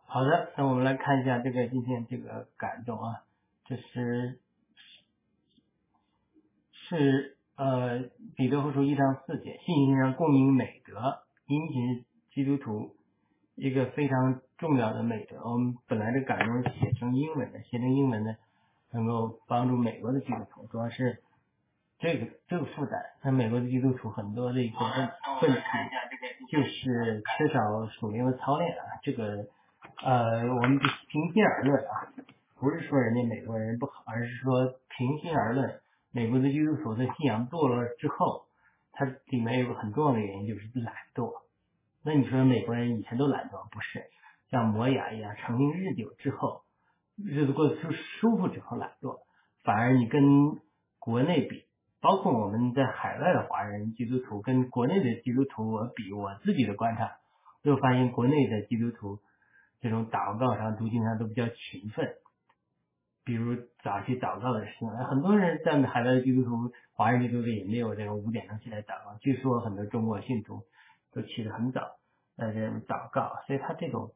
好的，那我们来看一下这个今天这个感动啊，这是彼得后书1章4节，信心上共赢美德，殷勤是基督徒一个非常重要的美德。我们本来这感动是写成英文的，能够帮助美国的基督徒，主要是这个负担。那美国的基督徒很多的一个问题就是缺少属灵的操练啊，这个我们平心而论啊，不是说人家美国人不好，而是说平心而论，美国的基督徒的信仰堕落之后，它里面有个很重要的原因就是懒惰。那你说美国人以前都懒惰？不是，像摩亚一样成名日久之后，日子过得舒服之后懒惰，反而你跟国内比，包括我们在海外的华人基督徒跟国内的基督徒我比，我自己的观察，就发现国内的基督徒这种祷告上、读经上都比较勤奋，比如早期祷告的事情，很多人在海外的基督徒、华人基督徒也没有这种5点钟起来祷告，据说很多中国信徒都起得很早，这种祷告，所以他这种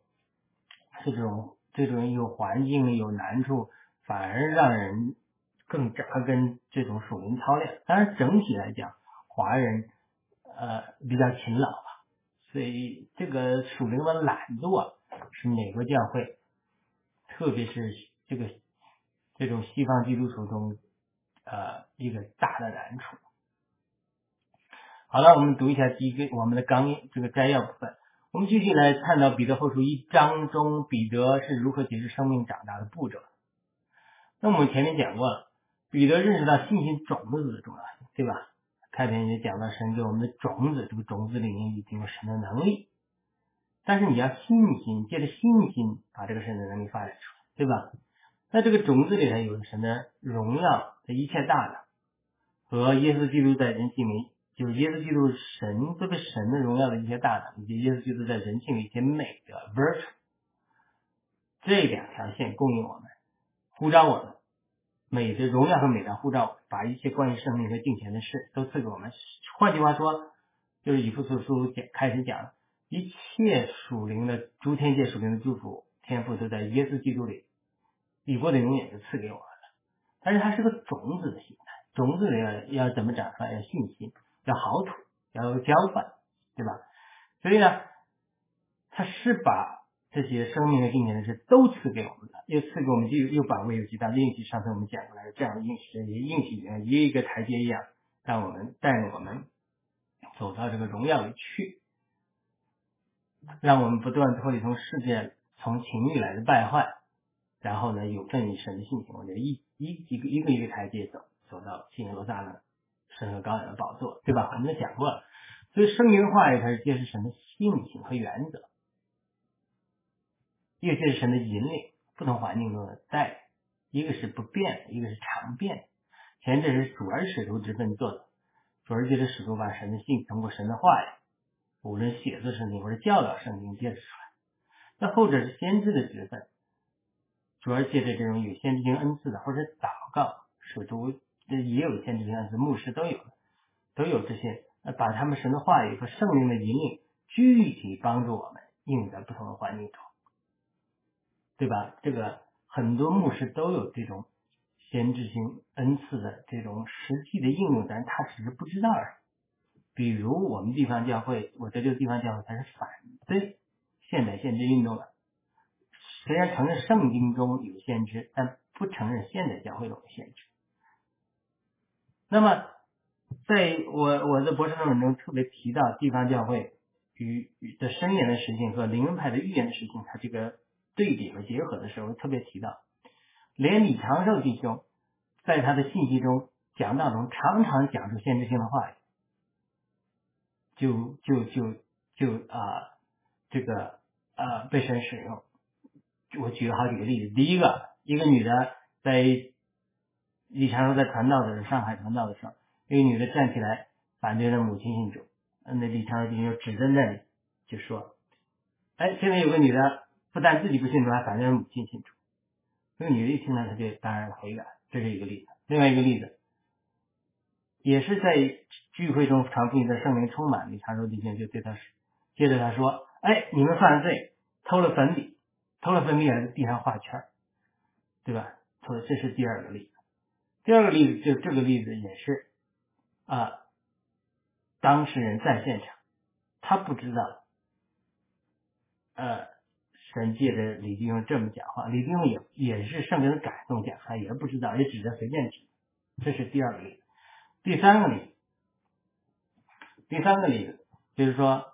有环境有难处，反而让人更扎根这种属灵操练。当然整体来讲，华人比较勤劳吧，所以这个属灵的懒惰是美国教会，特别是这种西方基督徒中一个大的难处。好了，我们读一下第一个我们的这个摘要部分。我们继续来看到彼得后书1章中彼得是如何解释生命长大的步骤。那我们前面讲过了，彼得认识到信心种子的重要性，对吧？开篇也讲到神给我们的种子，这个种子里面已经有神的能力，但是你要信心，借着信心把这个神的能力发展出来，对吧？那这个种子里头有神的荣耀的一切大能和耶稣基督在人性里，就是耶稣基督神这个神的荣耀的一些大能，以及耶稣基督在人性里一些美德 virtue， 这2条线供应我们，呼召我们，美的荣耀和美德呼召我们，把一切关于生命和敬虔的事都赐给我们。换句话说，就是以弗所书开始讲，一切属灵的诸天界属灵的祝福天赋都在耶稣基督里，以后的永远就赐给我们了。但是它是个种子的形态，种子里要怎么长出来？要信心，要好土，要交换，对吧？所以呢，他是把这些生命和敬虔的事都赐给我们了，又赐给我们又把未有极大的应许，上次我们讲过来的这样的应许，一个台阶一样，让我们带领我们走到这个荣耀里去，让我们不断脱离从世界从情欲来的败坏，然后呢有份于神的信心。我觉得一个台阶走到新耶路撒冷神和羔羊的宝座，对吧？我们都讲过了。所以圣经的话语它是揭示神的性情和原则，一个就是神的引领，不同环境中的带领，一个是不变，一个是常变。前者是主而使徒之分做的，主而借着使徒把神的性通过神的话语，无论写作圣经或者教导圣经揭示出来。那后者是先知的职分，主而借着这种有先知性恩赐的或者祷告，使徒也有先知性恩赐，牧师都有这些，把他们神的话语和圣灵的引领具体帮助我们应用在不同的环境中，对吧？这个很多牧师都有这种先知性恩赐的这种实际的应用，但是他只是不知道而已。比如我们地方教会，我在这个地方教会，它是反对现代先知运动的，虽然承认圣经中有先知，但不承认现代教会中的先知。那么在我的博士论文中特别提到地方教会的申言的实性和灵恩派的预言的实性，它这个对比和结合的时候，特别提到，连李长寿弟兄在他的信息中讲道中常常讲出先知性的话语，被神使用。我举了好几个例子。第一个，一个女的在李长寿在传道的时候，上海传道的时候，一个女的站起来反对了母亲信主，那李长寿弟兄就指在那里就说，现在有个女的不但自己不信主，还反对了母亲信主。那个女的一听呢，她就当然悔改，这是一个例子。另外一个例子，也是在聚会中传福音的圣灵充满，李长寿弟兄就对他接着他说，你们犯罪偷了粉笔， 头了分泌在地上画圈，对吧？这是第二个例子。第二个例子就这个例子也是当事人在现场，他不知道神借着李弟兄这么讲话，李弟兄也是圣灵的感动讲他也不知道，也只是随便提。这是第二个例子。第三个例子就是说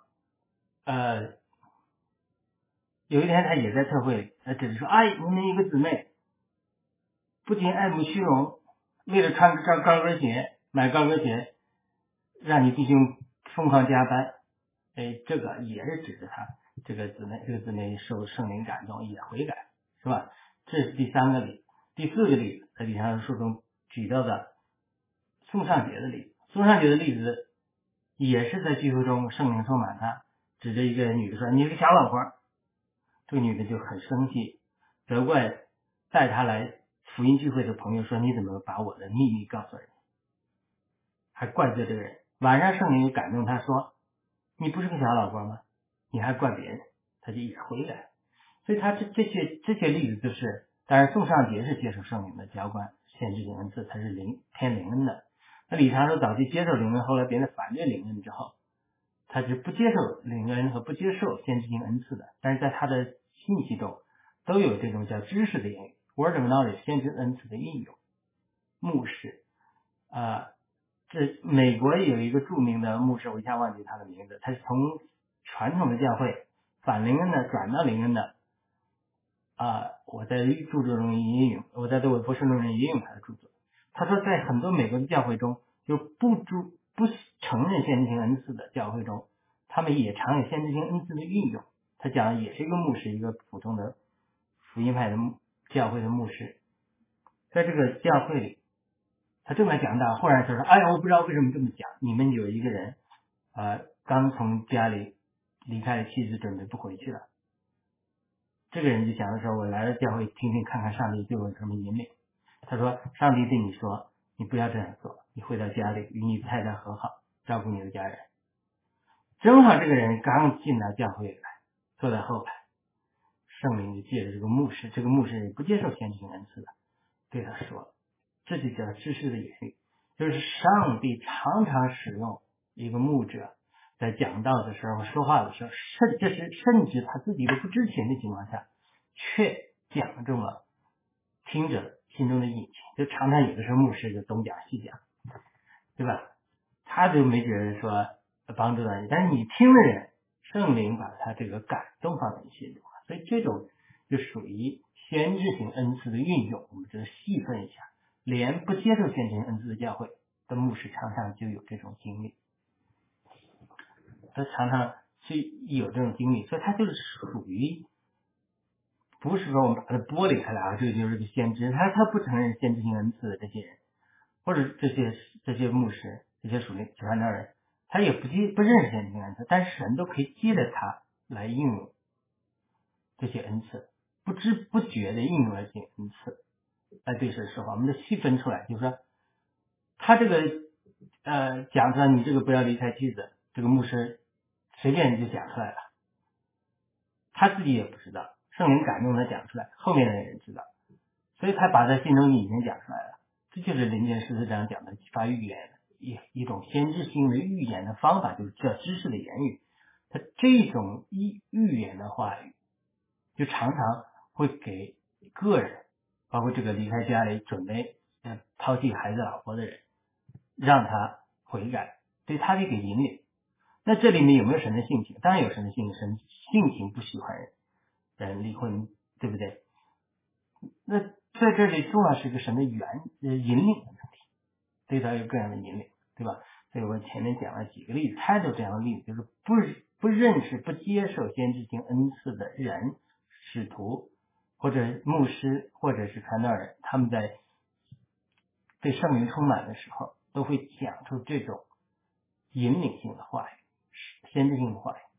有一天他也在特会里，他只是说你们一个姊妹不仅爱慕虚荣，为了穿高跟鞋买高跟鞋，让你弟兄疯狂加班。这个也是指着他这个姊妹受圣灵感动也悔改，是吧？这是第三个例子。第四个例子在李长书中举到的宋尚节的例子。宋尚节的例子也是在聚会中圣灵充满他，指着一个女的说你是个小老婆，这个女的就很生气，责怪带她来福音聚会的朋友说你怎么把我的秘密告诉人，还怪罪这个人。晚上圣灵就感动他说你不是个小老婆吗？你还怪别人，他就也回来。所以他这些例子就是，当然宋尚节是接受圣灵的浇灌，先知灵恩赐，他是偏灵恩的。那李长寿早期接受灵恩，后来变得反对灵恩之后，他是不接受灵恩和不接受先知性恩赐的。但是在他的信息中都有这种叫知识的言语 word of knowledge 先知恩赐的应用。牧师这美国有一个著名的牧师，我一下忘记他的名字，他是从传统的教会反灵恩的转到灵恩的我在著作中也引用，我在对我博士论文也引用他的著作。他说在很多美国的教会中，就不承认先知性恩赐的教会中，他们也常有先知性恩赐的运用。他讲的也是一个牧师，一个普通的福音派的教会的牧师，在这个教会里他正在讲到，忽然他说我不知道为什么这么讲，你们有一个人刚从家里离开了妻子，准备不回去了。这个人就想的时候，我来了教会听听看看上帝对我有什么引领。他说上帝对你说你不要这样做，你回到家里与你太太和好，照顾你的家人。正好这个人刚进到教会来，坐在后排，圣灵就借着这个牧师也不接受先知性恩赐的，对他说，这就叫知识的言语，就是上帝常常使用一个牧者在讲道的时候说话的时候，甚至他自己都不知情的情况下，却讲中了听者心中的隐情。就常常有的时候牧师就东讲西讲，对吧？他就没觉得说帮助到你，但是你听的人，圣灵把他这个感动放在你心中，所以这种就属于先知性恩赐的运用。我们就细分一下，连不接受先知性恩赐的教会的牧师常常就有这种经历，他常常是有这种经历，所以他就是属于不是说我们把它剥离开来这就是个先知，他不承认先知性恩赐的这些人，或者这些牧师，这些属灵传道人，他也不认识先知性恩赐，但是神都可以借着他来应用这些恩赐，不知不觉的应用了这些恩赐来对神说话。我们就细分出来，就是说他这个讲出来你这个不要离开妻子，这个牧师随便就讲出来了，他自己也不知道，圣灵感动他讲出来，后面的人知道，所以他把他心中已经讲出来了。这就是林间14章讲的发预言一种先知性的预言的方法，就是叫知识的言语。他这种预言的话语就常常会给个人，包括这个离开家里准备抛弃孩子老婆的人，让他悔改，对他的一个引领。那这里面有没有神的性情？当然有神的性情，神性情不喜欢人离婚，对不对？那在这里重要是一个神的引领的问题，对他有个人的引领，对吧？所以我前面讲了几个例子，太多这样的例子，就是不认识、不接受先知性恩赐的人，使徒或者牧师或者是传道人，他们在对圣灵充满的时候，都会讲出这种引领性的话语、先知性的话语。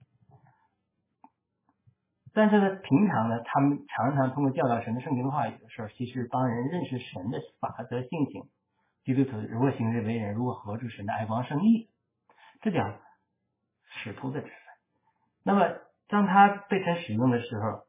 但是呢，平常呢，他们常常通过教导神的圣经的话语的时候，其实帮人认识神的法则性情，基督徒如何行事为人，如何合出神的爱光圣义，这叫使徒的职分。那么当他被神使用的时候，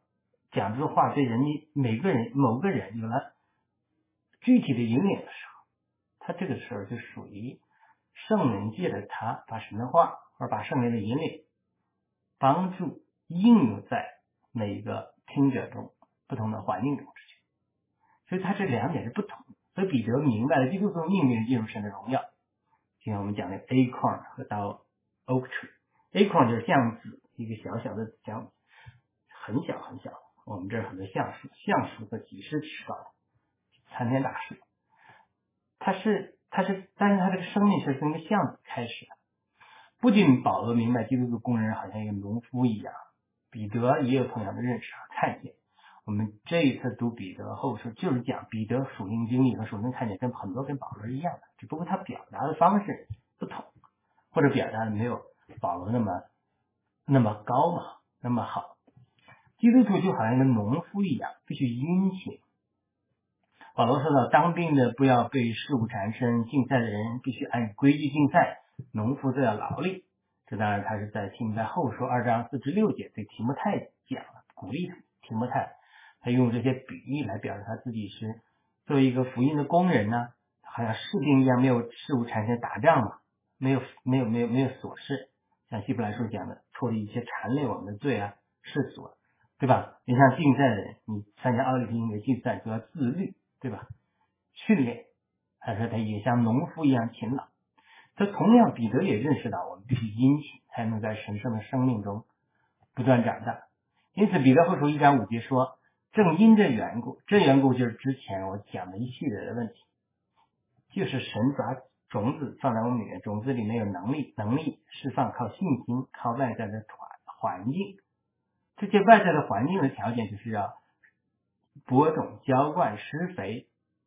讲这个话对某个人有了具体的引领的时候，他这个时候就属于圣灵借着他把神的话或者把圣灵的引领帮助应用在每一个听者中不同的环境中之间，所以他这两点是不同的。所以彼得明白了基督徒命运进入神的荣耀，就像我们讲的 acorn 和到 oak tree。acorn 就是橡子，一个小小的橡子，很小很小。我们这儿很多橡树和几十尺高的参天大树，但是他这个生命是从一个橡子开始的。不仅保罗明白基督徒工人好像一个农夫一样，彼得也有同样的认识和看见。我们这一次读彼得后书，就是讲彼得属灵经历和属灵看见跟很多跟保罗一样的，只不过他表达的方式不同，或者表达的没有保罗那么高嘛，那么好。基督徒就好像一个农夫一样，必须殷勤。保罗说到，当兵的不要被事物缠身，竞赛的人必须按规矩竞赛，农夫都要劳力。这当然他是在提摩太后书2章4至6节对提摩太讲了，鼓励提摩太，他用这些比喻来表示他自己是作为一个福音的工人呢，好像士兵一样，没有事物缠身打仗嘛，没有琐事，像希伯来书讲的，脱离一些缠累我们的罪啊世俗，对吧？你像竞赛的人，你参加奥林匹克的竞赛就要自律，对吧？训练，还是他也像农夫一样勤劳。这同样，彼得也认识到我们必须殷勤，才能在神圣的生命中不断长大。因此，彼得后书1章5节说，正因这缘故就是之前我讲的一系列的问题，就是神把种子放在我们里面，种子里面有能力释放靠信心，靠外在的环境。这些外在的环境的条件就是要播种、浇灌、施肥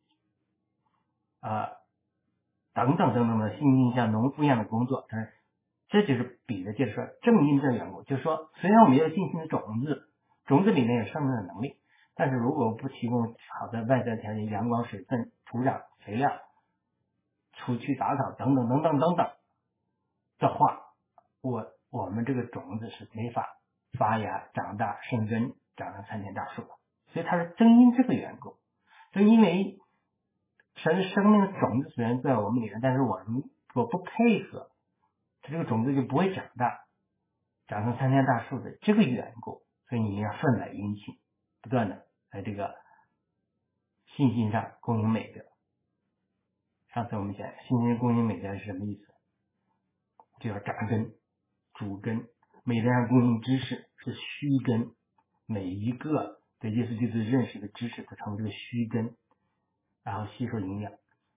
等等的信心像农夫一样的工作。这就是彼得接着说，正因这缘故，就是说虽然我们有信心的种子里面有生命的能力，但是如果不提供好的外在条件，阳光、水分、土壤、肥料、除去杂草等等的话，我们这个种子是没法发芽、长大、生根、长成参天大树的。所以他说正因这个缘故，正因为神的生命的种子虽然在我们里面，但是我如果不配合，这个种子就不会长大，长成参天大树的这个缘故，所以你要分外殷勤，不断的在这个信心上供应美德。上次我们讲信心供应美德是什么意思？就要扎根、主根。美德上供应知识是虚根，每一个对耶稣基督认识的知识都成为这个虚根，然后吸收营养。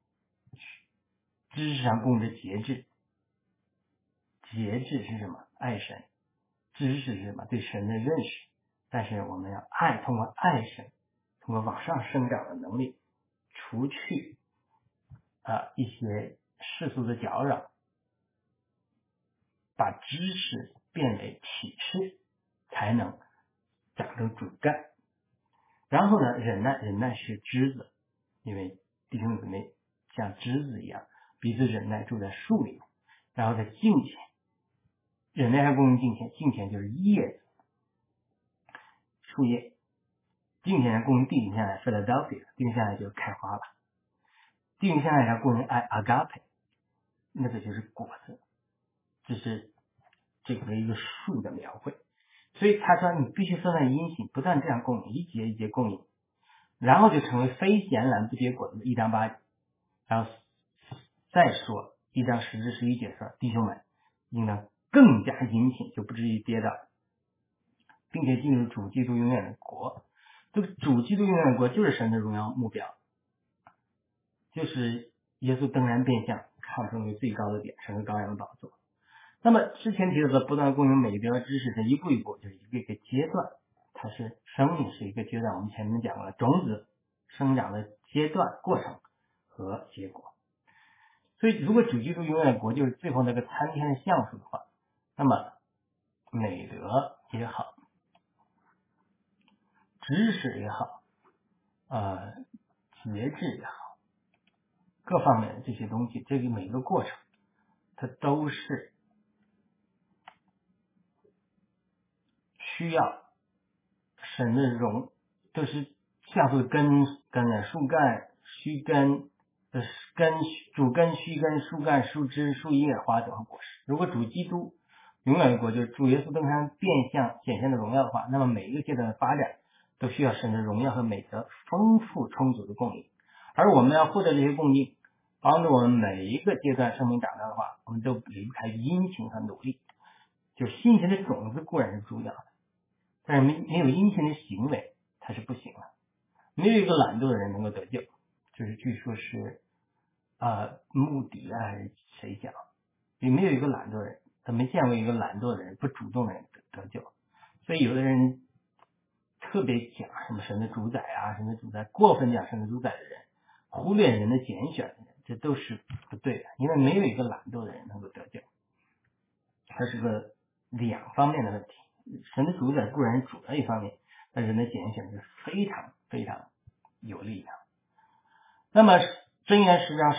知识上供着节制，节制是什么？爱神。知识是什么？对神的认识。但是我们要通过爱神，通过往上生长的能力，除去一些世俗的搅扰，把知识变为启示，才能长成主干。然后呢，忍耐是枝子，因为弟兄姊妹像枝子一样，彼此忍耐住在树里。然后在敬虔，忍耐上供应敬虔，敬虔就是叶子、树叶。敬虔上供应地顶下来 Philadelphia， 地顶下来就开花了。地顶下来上供应爱 Agape， 那个就是果子。这是这个一个树的描绘。所以他说你必须分外殷勤，不断这样供应，一节一节供应，然后就成为非闲懒不结果子的1章8节。然后再说1章10至11节说，弟兄们应当更加殷勤，就不至于跌倒，并且进入主基督永远的国。这个主基督永远的国就是神的荣耀目标，就是耶稣登山变相看成为最高的点，神的羔羊的宝座。那么之前提到的不断供应美德知识的一步一步，就是一个阶段，它是生命是一个阶段。我们前面讲了种子生长的阶段、过程和结果。所以如果主基督永远的国就是最后那个参天的橡树的话，那么美德也好，知识也好，节制也好，各方面的这些东西，这个每个过程它都是需要神的都是像是根啊、树干、须根、主根、须根、树干、树枝、树叶、花朵和果实。如果主基督永远的国，就是主耶稣登山变相显现的荣耀的话，那么每一个阶段的发展都需要神的荣耀和美德丰富充足的供应。而我们要获得这些供应，帮助我们每一个阶段生命长大的话，我们都离不开殷勤和努力。就辛勤的种子固然是重要的，但是没有殷勤的行为，它是不行的。没有一个懒惰的人能够得救，就是据说是穆迪啊还是谁讲，也没有一个懒惰的人，他没见过一个懒惰的人不主动的人得救。所以有的人特别讲什么神的主宰啊，神的主宰，过分讲神的主宰的人，忽略人的拣选的人，这都是不对的。因为没有一个懒惰的人能够得救，它是个两方面的问题。神的主宰固然是主要一方面，但人的拣选是非常非常有力的。那么箴言10章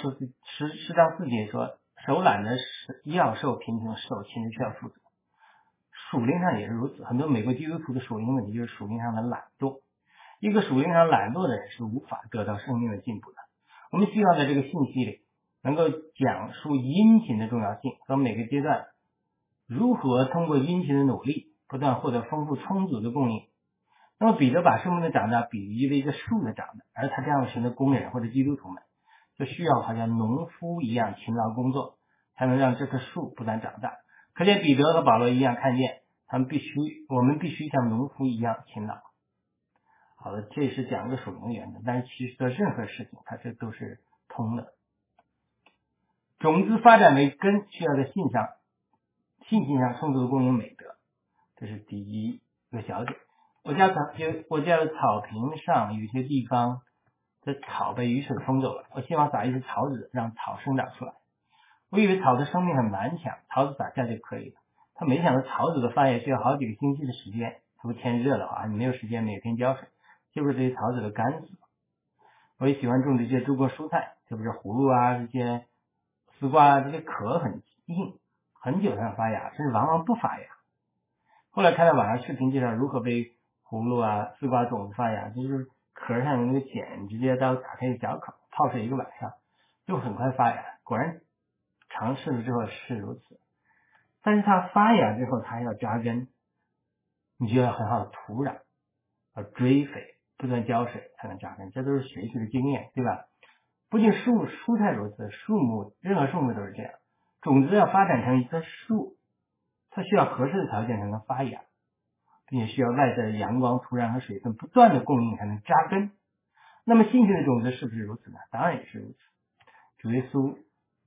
4节说，手懒的要受贫穷，手勤的需要富足。属灵上也是如此，很多美国基督徒的属灵问题就是属灵上的懒惰。一个属灵上懒惰的人是无法得到生命的进步的。我们希望在这个信息里能够讲述殷勤的重要性和每个阶段如何通过殷勤的努力不断获得丰富充足的供应。那么彼得把生命的长大比喻为一个树的长大，而他这样的神的工人或者基督徒们就需要好像农夫一样勤劳工作，才能让这棵树不断长大。可见彼得和保罗一样看见我们必须像农夫一样勤劳。好的，这是讲一个属灵的原则，但是其实的任何事情它这都是通的。种子发展为根，需要在信心上充足的供应美德，这是第一个小点。我家的草坪上有些地方的草被雨水冲走了，我希望撒一些草籽让草生长出来。我以为草的生命很顽强，草籽撒下就可以了。他没想到草籽的发芽需要好几个星期的时间，如果天热的话，你没有时间每天浇水，结果这些草籽都干死了。我也喜欢种这些诸国蔬菜，特别是葫芦啊、这些丝瓜啊，这些壳很硬，很久才能发芽，甚至往往不发芽。后来看到网上视频介绍如何被葫芦啊、丝瓜种子发芽，就是壳上有那个茧，直接到打开一个小口，泡水1个晚上，就很快发芽。果然尝试了之后是如此，但是它发芽之后，它还要扎根，你就要很好的土壤，要追肥，不断浇水才能扎根，这都是学习的经验，对吧？不仅蔬菜如此，任何树木都是这样。种子要发展成一棵树，它需要合适的条件才能发芽，并且需要外在的阳光、土壤和水分不断的供应才能扎根。那么信心的种子是不是如此呢？当然也是如此。主耶稣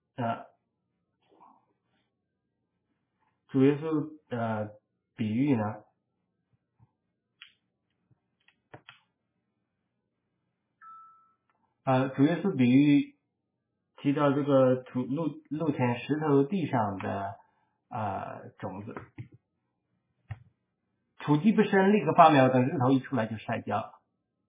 比喻呢，主耶稣比喻提到这个路前石头地上的种子，土地不深，立刻发苗，等日头一出来就晒焦了。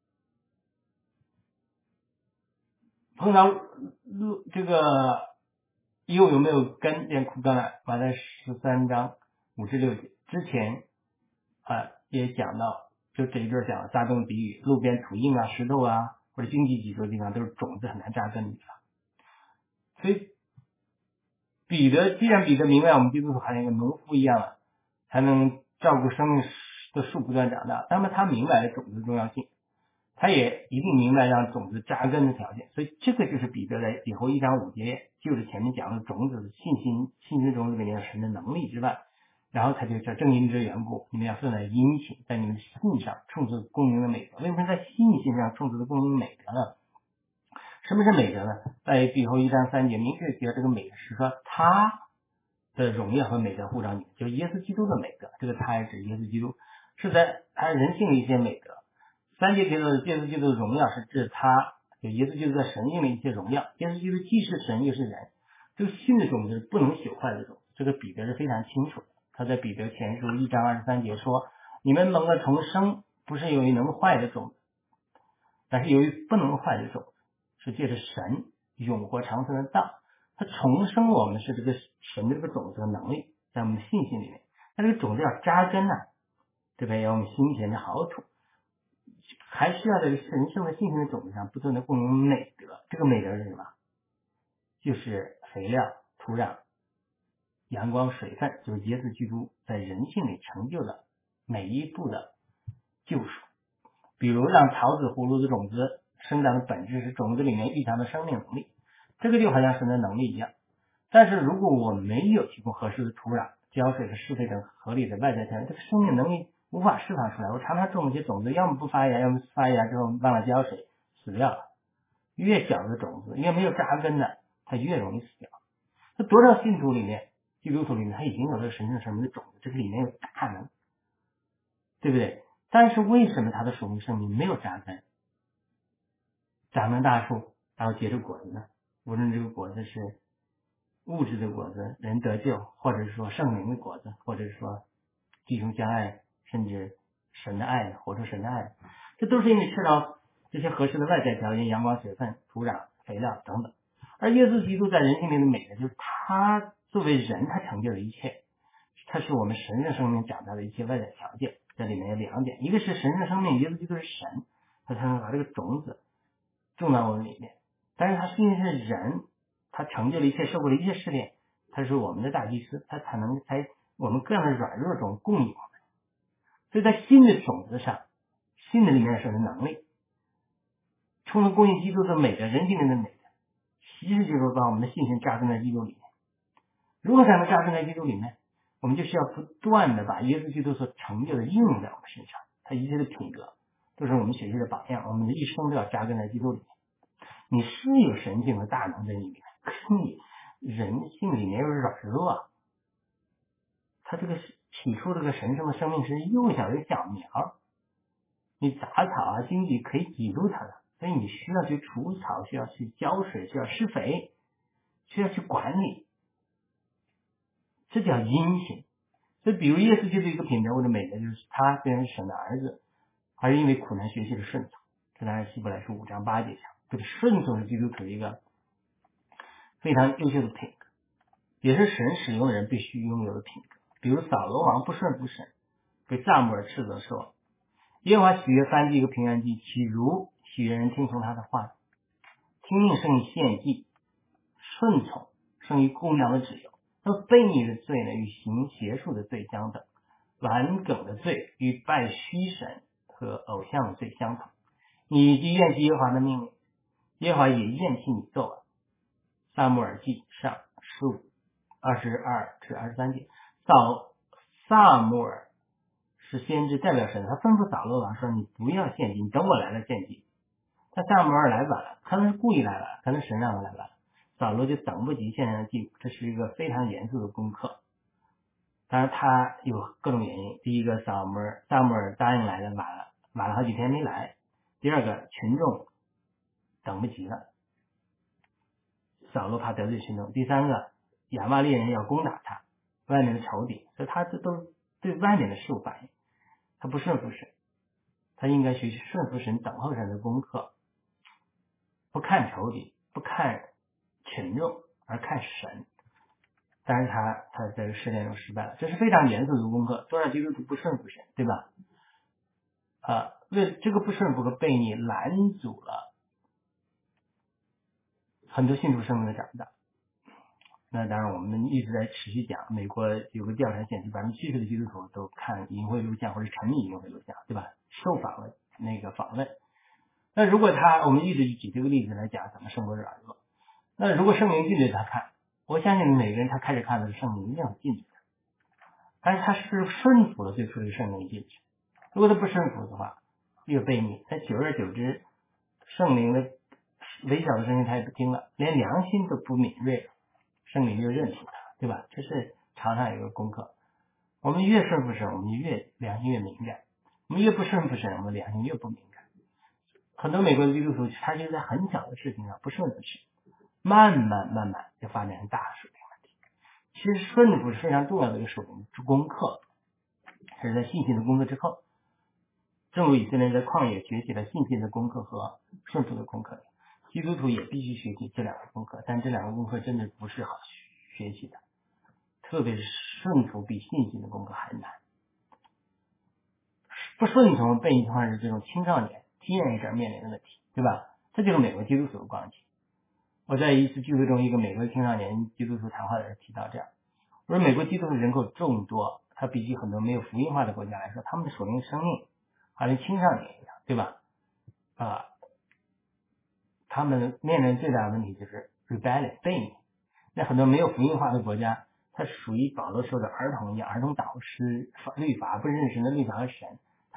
碰到这个又有没有根变枯干了？我在13章5至6节之前也讲到，就这一段讲扎根比喻，路边土硬啊、石头啊或者荆棘棘多的地方都是种子很难扎根的地方。所以既然彼得明白我们基督徒好像一个农夫一样才能照顾生命的树不断长大，那么他明白了种子的重要性，他也一定明白让种子扎根的条件。所以这个就是彼得在以后1章5节就是前面讲的种子的信心种子里面有神的能力之外，然后他就叫正因之缘故，你们要分来殷勤，在你们信上充足供应的美德。为什么在信心上充足的供应美德呢？什么是美德呢？在以后1章3节明确提到这个美德是说他的荣耀和美德护照你，就是耶稣基督的美德。这个他是指耶稣基督，是在他人性的一些美德。3节提到的耶稣基督的荣耀是指他就耶稣基督在神性的一些荣耀。耶稣基督既是神又是人，这个信的种子是不能朽坏的种子，这个彼得是非常清楚的。他在彼得前书1章23节说，你们蒙了重生，不是由于能坏的种子，但是由于不能坏的种子，是借着神永活长存的道，他重生我们是这个神的这个种子的能力在我们的信心里面。那这个种子要扎根对不对？要我们心田的好土， 还需要在神圣的信心的种子上不断的供应美德。这个美德是什么？就是肥料、土壤、阳光、水分，就是耶稣基督在人性里成就的每一步的救赎。比如让桃子、葫芦的种子生长的本质是种子里面蕴藏的生命能力，这个就好像神的能力一样。但是如果我没有提供合适的土壤、浇水和施肥等合理的外在条件，这个生命能力无法释放出来。我常常种一些种子，要么不发芽，要么发芽之后忘了浇水，死掉了。越小的种子，越没有扎根的，它越容易死掉。那多少信徒里面，基督徒里面，他已经有这个神圣生命的种子，这个里面有大能，对不对？但是为什么他的属灵生命没有扎根，长成大树，然后结出果子呢？无论这个果子是物质的果子，人得救，或者是说圣灵的果子，或者是说弟兄相爱，甚至神的爱，活出神的爱，这都是因为缺少这些合适的外在条件，阳光、水分、土壤、肥料等等。而耶稣基督在人性里的美德，就是他作为人，他成就了一切，他是我们神圣生命长大的一切外在条件。这里面有两点，一个是神圣生命，耶稣基督是神，他才能把这个种子种到我们里面。但是他是因为是人，他成就了一切，受过了一切试炼，他是我们的大祭司，他才能在我们各样的软弱中供应我们。所以在新的种子上，新的里面是能力，充分供应基督的美德，人性里的美德，其实就是把我们的信心扎根在基督里面。如何才能扎根在基督里面？我们就需要不断的把耶稣基督所成就的应用在我们身上，他一切的品格都是我们学习的榜样，我们的一生都要扎根在基督里面。你是有神性和大能在你里面，可是你人性里面有软弱，他这个起初这个神圣的生命是幼小的小苗，你杂草啊荆棘可以挤住它的，所以你需要去除草，需要去浇水，需要施肥，需要去管理，这叫殷勤。所以比如耶稣基督一个品德或者美德，就是他虽然是神的儿子，而因为苦难学习了顺从，这当然希伯来书5章8节讲，这个顺从是基督徒一个非常优秀的品格，也是神使用的人必须拥有的品格。比如扫罗王不顺服神，被撒母耳斥责说，耶和华喜悦燔祭一个平安祭，岂如喜悦人听从他的话？听命胜于献祭，顺从胜于公羊的脂油。那悖逆的罪呢，与行邪术的罪相等，顽梗的罪与拜虚神和偶像的罪相同。你既厌弃耶和华的命令，耶和华也厌弃你作恶。撒母耳记上15:22-23节。撒母耳是先知，代表神，他吩咐扫罗王说，你不要献祭，你等我来了献祭。但撒母耳来晚了，可能是故意来晚了，可能神让他来晚了，扫罗就等不及献上的祭物，这是一个非常严肃的功课。当然他有各种原因，第一个撒母耳答应来的晚了好几天没来，第二个群众等不及了，扫罗怕得罪群众，第三个亚玛力人要攻打他，外面的仇敌，所以他这都对外面的事物反应，他不顺服神，他应该学习顺服神，等候神的功课，不看仇敌，不看群众，而看神。但是他在这个试炼中失败了，这是非常严肃的功课，多让基督徒不顺服神，对吧？为这个不顺服和悖逆拦阻了很多信徒生命的长大。那当然我们一直在持续讲，美国有个调查显示70%的基督徒都看淫秽录像或者沉迷淫秽录像，对吧？受访了那个访问。那如果我们一直举这个例子来讲怎么胜过软弱，那如果圣灵禁止他看，我相信每个人他开始看的是圣灵一定要禁止他，但是他是顺服了最初的圣灵禁止。如果他不顺服的话，越悖逆，他久而久之，圣灵的微小的声音他也不听了，连良心都不敏锐了，圣灵就认出他，对吧？这是常常有一个功课。我们越顺服神，我们越良心越敏感；我们越不顺服神，我们良心越不敏感。很多美国的基督徒，他就在很小的事情上不顺服神，慢慢就发展成大的属灵问题。其实顺服是非常重要的一个属灵功课，是在信心的功课之后。正如以色列人在旷野学习了信心的功课和顺服的功课，基督徒也必须学习这两个功课，但这两个功课真的不是好学习的，特别是顺服比信心的功课还难。不顺从悖逆的话是这种青少年， teenager 面临的问题，对吧？这就是美国基督徒的光景。我在一次聚会中，一个美国青少年基督徒谈话的时候提到这样，我说美国基督徒人口众多，它比起很多没有福音化的国家来说，他们的属灵生命好像青少年一样，对吧？他们面临最大的问题就是 rebellion 悖逆。那很多没有福音化的国家，它属于保罗说的儿童一样，儿童导师律法不认识神的律法和神，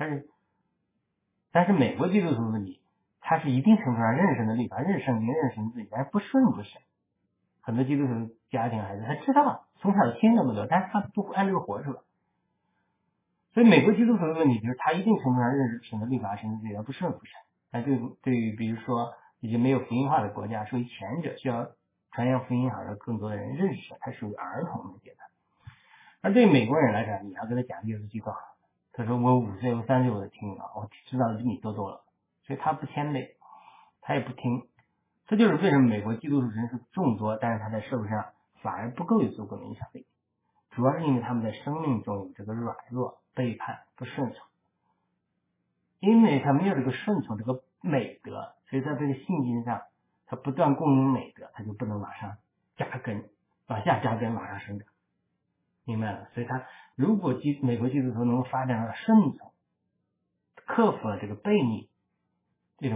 但是美国基督徒的问题，他是一定程度上认识神的律法，认识圣经，认识神自己，但是不顺服神。很多基督徒家庭孩子他知道从小听那么多，但是他不按这个活出来。所以美国基督徒的问题就是他一定程度上认识神的律法，神的自己，而不顺服神。那对于比如说一些没有福音化的国家，属于前者，需要传扬福音，好让更多的人认识神，他属于儿童的阶段。而对美国人来讲，你要跟他讲耶稣基督，他说我5岁我3岁我都听了，我知道的比你多了，所以他不谦卑，他也不听。这就是为什么美国基督徒人数众多，但是他在社会上反而不够有足够的影响力，主要是因为他们在生命中有这个软弱、背叛、不顺从。因为他没有这个顺从这个美德，所以在这个信心上他不断供应美德，他就不能往上扎根，往下扎根，往上生长，明白了？所以他如果美国基督徒能够发展到顺从，克服了这个悖逆这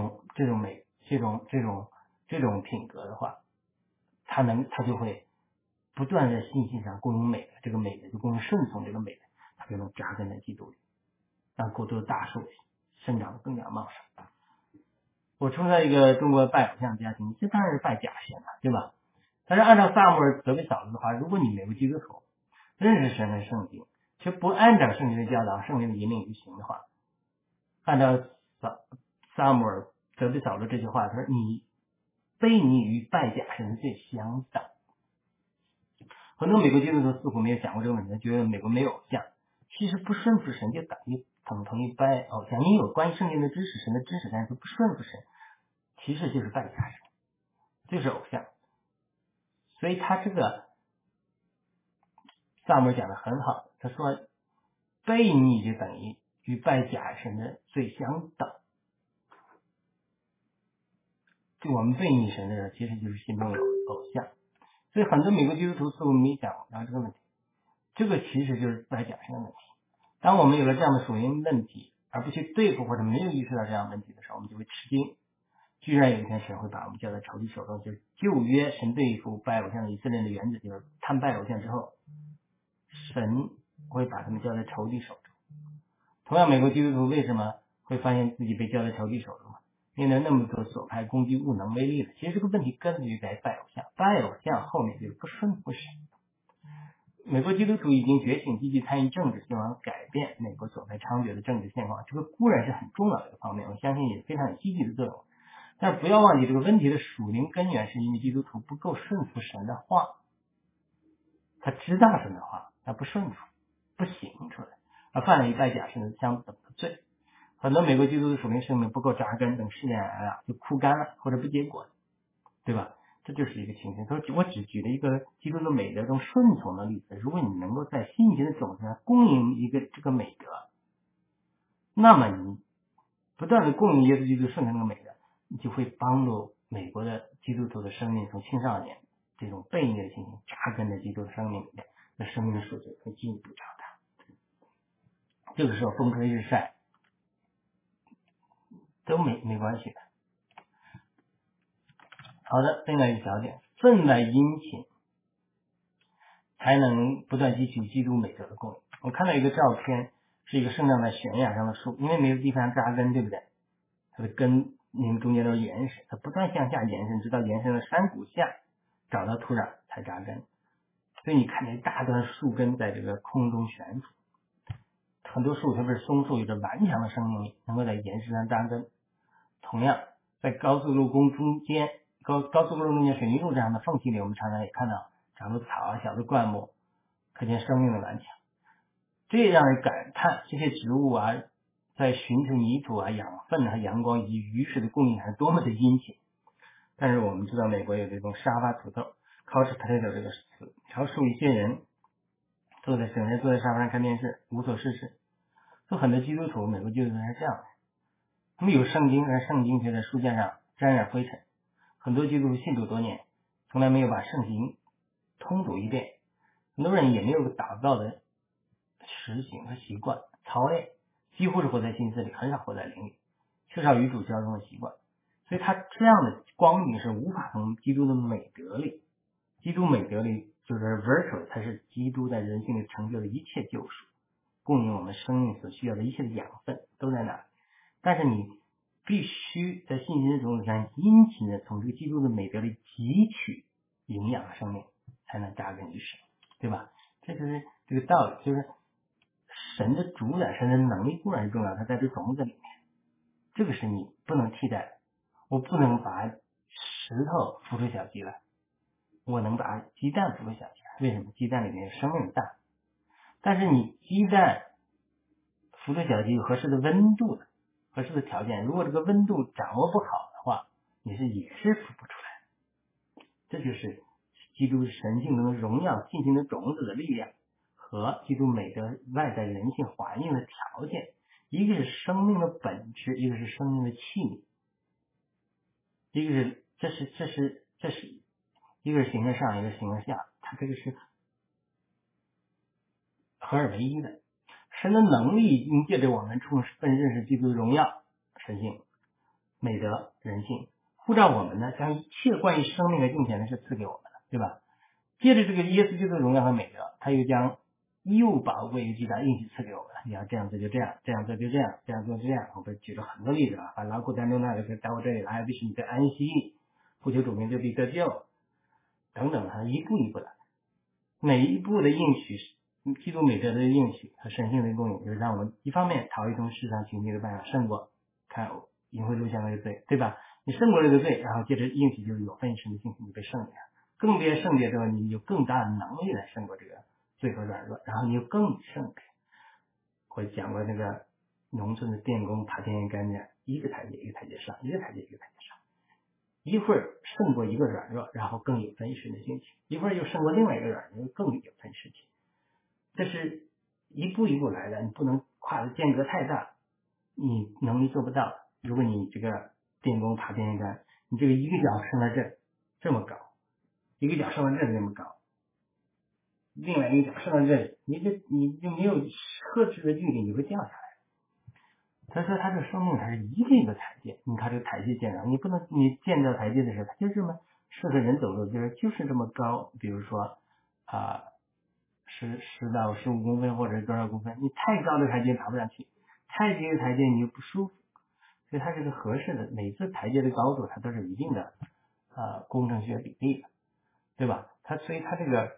种品格的话，他就会不断在信心上供应美德，这个美德就供应顺从，这个美德他就能扎根在基督里，让国度的大树生长得更加茂盛。我出在一个中国拜偶像家庭，这当然是拜假神了，对吧？但是按照萨母尔责备扫罗的话，如果你美国基督徒认识神的圣经，却不按照圣经的教导、圣灵的引领去行的话，按照萨母尔责备扫罗这句话，他说你悖逆与拜假神的罪相等。很多美国基督徒似乎没有想过这个问题，觉得美国没有偶像，其实不顺服神就等于拜偶像。你有关于圣经的知识、神的知识，但是不顺服神，其实就是拜假神，就是偶像。所以他这个萨母尔讲的很好，他说悖逆就等于与拜假神的罪相等。就我们悖逆神的人，其实就是心中有偶像。所以很多美国基督徒似乎没讲到这个问题，这个其实就是拜假神的问题。当我们有了这样的属灵问题，而不去对付或者没有意识到这样的问题的时候，我们就会吃惊。居然有一天神会把我们交在仇敌手中，就是旧约神对付拜偶像的以色列的原则，就是他们拜偶像之后，神会把他们交在仇敌手中。同样，美国基督徒为什么会发现自己被交在仇敌手中？面对那么多所派攻击无能为力的，其实这个问题根源于在拜偶像，拜偶像后面就是不顺服神。美国基督徒已经觉醒，积极参与政治，希望改变美国所派猖獗的政治现况，这个固然是很重要的一个方面，我相信也非常有积极的作用。但是不要忘记，这个问题的属灵根源是因为基督徒不够顺服神的话，他知道神的话，他不顺服，不行出来，而犯了与拜假神的相等的罪。很多美国基督徒属灵生命不够扎根，等试验来了就枯干了或者不结果，对吧？这就是一个情形。所以我只举了一个基督的美德中顺从的例子。如果你能够在信心的种子上供应一个这个美德，那么你不断的供应耶稣基督顺从这个美德，你就会帮助美国的基督徒的生命从青少年这种悖逆的情形扎根在基督的生命里面，那生命的数据会进一步长大。这个时候风吹日晒都没关系的。好的，另外一个小点，分外殷勤才能不断汲取基督美德的供应。我看到一个照片，是一个生长在悬崖上的树，因为没有地方扎根，对不对？它的根中间都是岩石，它不断向下延伸，直到延伸到山谷下找到土壤才扎根。所以你看见大段树根在这个空中悬浮，很多树特别是松树有着顽强的生命力，能够在岩石上扎根。同样在高速路中间水泥路这样的缝隙里，我们常常也看到长出草啊、小的灌木，可见生命的顽强。这也让人感叹这些植物啊，在寻求泥土啊、养分和阳光以及雨水的供应还是多么的殷勤。但是我们知道美国有这种沙发土豆 couch potato 这个词，描述一些人整天坐在沙发上看电视，无所事事。有很多基督徒，美国基督徒是这样的， 他们有圣经，但圣经却在书架上沾染灰尘。很多基督徒信主多年，从来没有把圣经通读一遍。很多人也没有祷告的实行和习惯操练，几乎是活在心思里，很少活在灵里，缺少与主交通的习惯。所以他这样的光景是无法从基督的美德里，基督美德里就是 virtue， 它是基督在人性里成就的一切救赎，供应我们生命所需要的一切的养分都在那里。但是你必须在信心的种子上殷勤的从这个基督的美德里汲取营养和生命，才能扎根于神，对吧？这就是这个道理，就是神的主宰，神的能力固然是重要，它在这种子里面，这个是你不能替代的。我不能把石头孵出小鸡来，我能把鸡蛋孵出小鸡来。为什么？鸡蛋里面有生命的蛋。但是你鸡蛋孵出小鸡有合适的温度的，合适的条件，如果这个温度掌握不好的话，你也是孵不出来。这就是基督神性中的荣耀进行的种子的力量和基督美德外在人性环境的条件，一个是生命的本质，一个是生命的器皿。一个是这是一个是形而上，一个是形而下，它这个是合二为一的。神的能力应借着我们充分认识基督的荣耀、神性、美德、人性，呼召我们呢，将一切关于生命和金钱的事赐给我们了，对吧？借着这个耶稣基督的荣耀和美德，他又将又宝贵又极大应许赐给我们了。你要这样做就这样，这样做就这样，这样做就这样。我们举了很多例子了，把劳苦担重担的带我这里来，必使你得安息，不求主名就必得救，等等，它一步一步的，每一步的应许，基督美德的应许和神性的供应，就是让我们一方面逃离从世上情绪的办法，胜过看淫秽录像那个罪，对吧？你胜过这个罪，然后接着应许就是有份神的信心，你被圣洁，更别圣洁之后，你有更大的能力来胜过这个罪和软弱，然后你又更圣洁。我讲过那个农村的电工爬天杆子，一个台阶一个台阶上，一个台阶一个台阶上，一会儿胜过一个软弱，然后更有分神的兴起，一会儿又胜过另外一个软弱，更有分事情。这是一步一步来的，你不能跨的间隔太大，你能力做不到。如果你这个电工爬天杆，你这个一个脚升到这么高，一个脚升到这么高，另外一个脚升到这里，你就没有合适的距离，你会掉下来。他说他这生命它是一个一个台阶，你看这个台阶建造，你不能你建造台阶的时候，它就这么适合人走路，就是这么高，比如说10到15公分或者多少公分，你太高的台阶爬不上去，太低的台阶你就不舒服，所以它是个合适的，每次台阶的高度它都是有一定的工程学比例的，对吧？所以它这个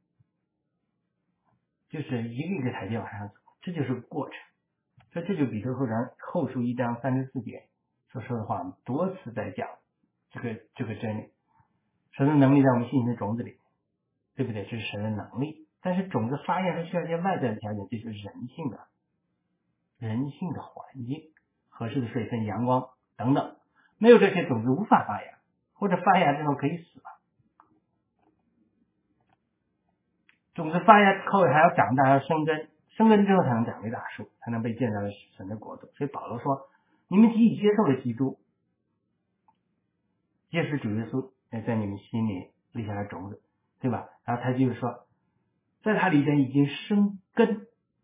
就是一个一个台阶往上走，这就是过程。所以这就彼得后书1章34节所说的话，我们多次在讲这个真理。神的能力在我们信心的种子里，对不对？这是神的能力。但是种子发芽是需要一些外在的条件，这就是人性的环境，合适的水分、阳光等等。没有这些，种子无法发芽，或者发芽之后可以死了。种子发芽之后还要长大，还要生根，生根之后才能长为大树，才能被建造为神的国度。所以保罗说，你们既接受了基督，接受主耶稣，在你们心里立下了种子，对吧？然后他就是说，在他里边已经生根，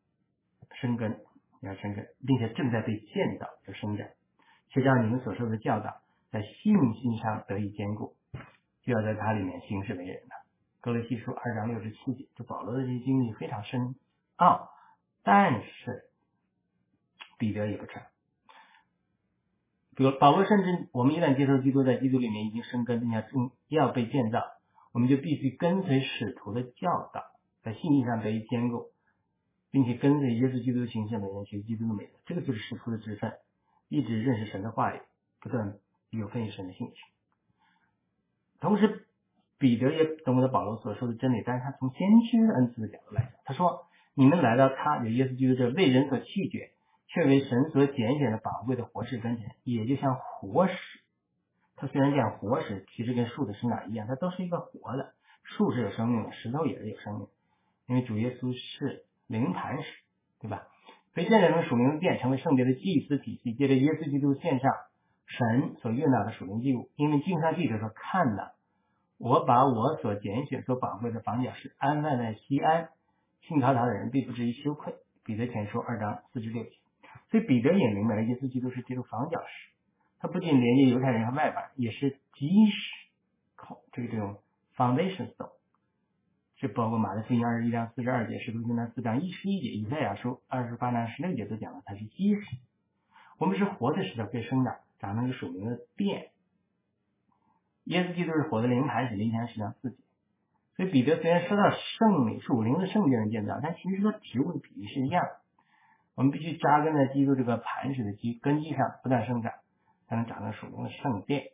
要生根，并且正在被建造，就生长，却让你们所受的教导在信心上得以坚固，就要在他里面行事为人了。哥罗西书2章67节，这保罗的这些经历非常深奥，但是彼得也不差。比如保罗甚至我们一旦接受基督，在基督里面已经生根，并且要被建造，我们就必须跟随使徒的教导，在信心上得以坚固，并且跟随耶稣基督的形象的人学基督的美德，这个就是使徒的职分，一直认识神的话语，不断有分于神的兴趣。同时彼得也懂得保罗所说的真理，但是他从先知恩赐的角度来讲，他说你们来到他有耶稣基督这为人所弃绝却为神所拣选的宝贵的活石跟前，也就像活石。他虽然讲活石，其实跟树的生长一样，它都是一个活的，树是有生命的，石头也是有生命，因为主耶稣是灵磐石，对吧？ 被建立成属灵的殿，成为圣洁的祭司体系，借着耶稣基督献上神所悦纳的属灵祭物。因为经上记着说，看哪，我把我所拣选所宝贵的房角石安放在西安，信靠他的人必不至于羞愧。彼得前书2章4至6节。所以彼得也明白了耶稣基督是基督房角石，他不仅连接犹太人和外邦人，也是基石，这种 foundation stone。这包括马太福音21章42节、使徒行传4章11节、以赛亚书28章16节都讲了它是基石。我们是活的石头，可以生长，长成一个属灵的殿。耶稣基督是活的灵牌，使灵前10章4节。所以彼得虽然说到属灵的圣殿的建造，但其实他提供的比喻是一样的。我们必须扎根在基督这个磐石的根基上，不断生长，才能长成属灵的圣殿。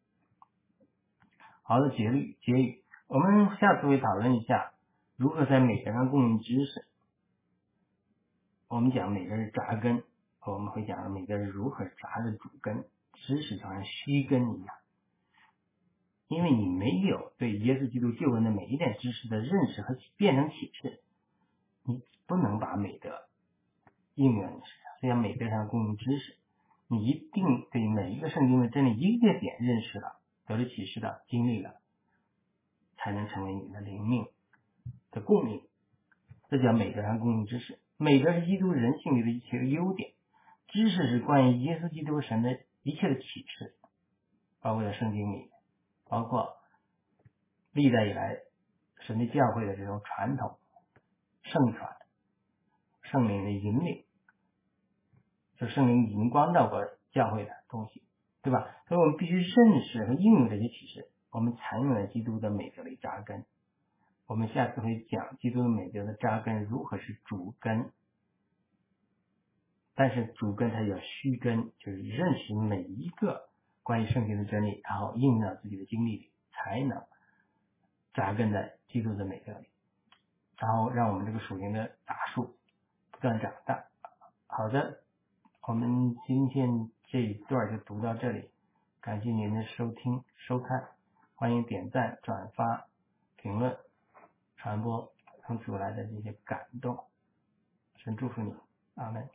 好的，结语，我们下次会讨论一下如何在美德上供应知识。我们讲美德是扎根，我们会讲美德是如何扎的主根，知识就像须根一样。因为你没有对耶稣基督救恩的每一点知识的认识和变成启示，你不能把美德应用你身上。所以美德上供应知识，你一定对每一个圣经的真理一个点认识了，得了启示了，经历了，才能成为你的灵命的供应。这叫美德上供应知识。美德是基督人性里的一切的优点，知识是关于耶稣基督神的一切的启示，包括在圣经里，包括历代以来神的教会的这种传统、圣传、圣灵的引领，就圣灵已经光照过教会的东西，对吧？所以我们必须认识和应用这些启示，我们才能在基督的美德里扎根。我们下次会讲基督的美德的扎根如何是主根，但是主根它叫须根，就是认识每一个关于圣经的真理，然后应用到自己的经历里，才能扎根在基督的美德里，然后让我们这个属灵的大树不断长大。好的，我们今天这一段就读到这里，感谢您的收听收看，欢迎点赞、转发、评论、传播从主来的这些感动。神祝福你，阿们。